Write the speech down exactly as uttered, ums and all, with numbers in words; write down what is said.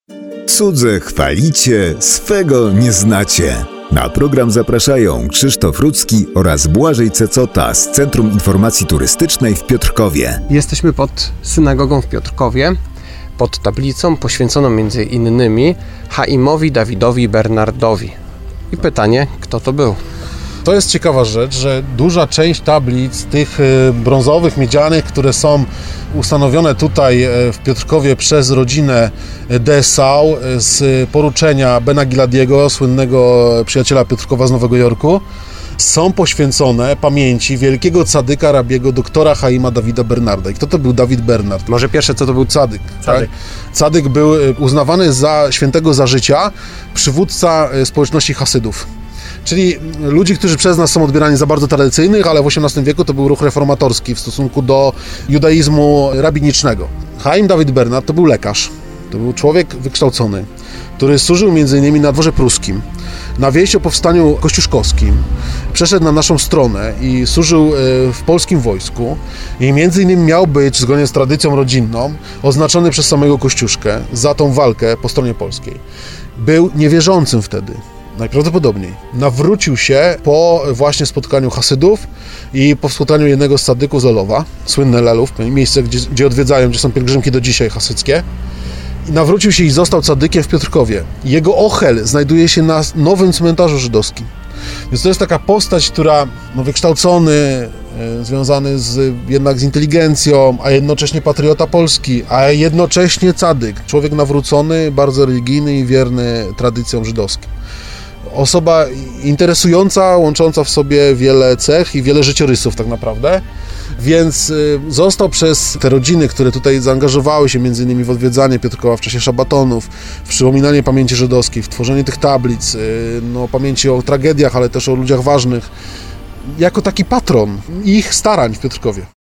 Cudze chwalicie, swego nie znacie. Na program zapraszają Krzysztof Rudzki oraz Błażej Cecota z Centrum Informacji Turystycznej w Piotrkowie. Jesteśmy pod synagogą w Piotrkowie, pod tablicą poświęconą między innymi Chaimowi Dawidowi Bernardowi. I pytanie, kto to był? To jest ciekawa rzecz, że duża część tablic, tych brązowych, miedzianych, które są ustanowione tutaj w Piotrkowie przez rodzinę Dessau z poruczenia Bena Giladiego, słynnego przyjaciela Piotrkowa z Nowego Jorku, są poświęcone pamięci wielkiego cadyka rabiego doktora Chaima Dawida Bernarda. I kto to był Dawid Bernard? Może pierwsze, co to był Cadyk. Cadyk. Tak? Cadyk był uznawany za świętego za życia, przywódca społeczności Hasydów. Czyli ludzi, którzy przez nas są odbierani za bardzo tradycyjnych, ale w osiemnastym wieku to był ruch reformatorski w stosunku do judaizmu rabinicznego. Chaim Dawid Bernard to był lekarz, to był człowiek wykształcony, który służył między innymi na dworze pruskim, na wieści o powstaniu kościuszkowskim, przeszedł na naszą stronę i służył w polskim wojsku i między innymi miał być, zgodnie z tradycją rodzinną, oznaczony przez samego Kościuszkę za tą walkę po stronie polskiej. Był niewierzącym wtedy. Najprawdopodobniej nawrócił się po właśnie spotkaniu Hasydów i po spotkaniu jednego z cadyków z Lelowa, słynne Lelów, miejsce, gdzie, gdzie odwiedzają, gdzie są pielgrzymki do dzisiaj hasyckie. I nawrócił się i został cadykiem w Piotrkowie. Jego ochel znajduje się na nowym cmentarzu żydowskim. Więc to jest taka postać, która no, wykształcony, e, związany z, jednak z inteligencją, a jednocześnie patriota polski, a jednocześnie cadyk. Człowiek nawrócony, bardzo religijny i wierny tradycjom żydowskim. Osoba interesująca, łącząca w sobie wiele cech i wiele życiorysów tak naprawdę, więc został przez te rodziny, które tutaj zaangażowały się między innymi w odwiedzanie Piotrkowa w czasie szabatonów, w przypominanie pamięci żydowskiej, w tworzenie tych tablic, no, pamięci o tragediach, ale też o ludziach ważnych, jako taki patron ich starań w Piotrkowie.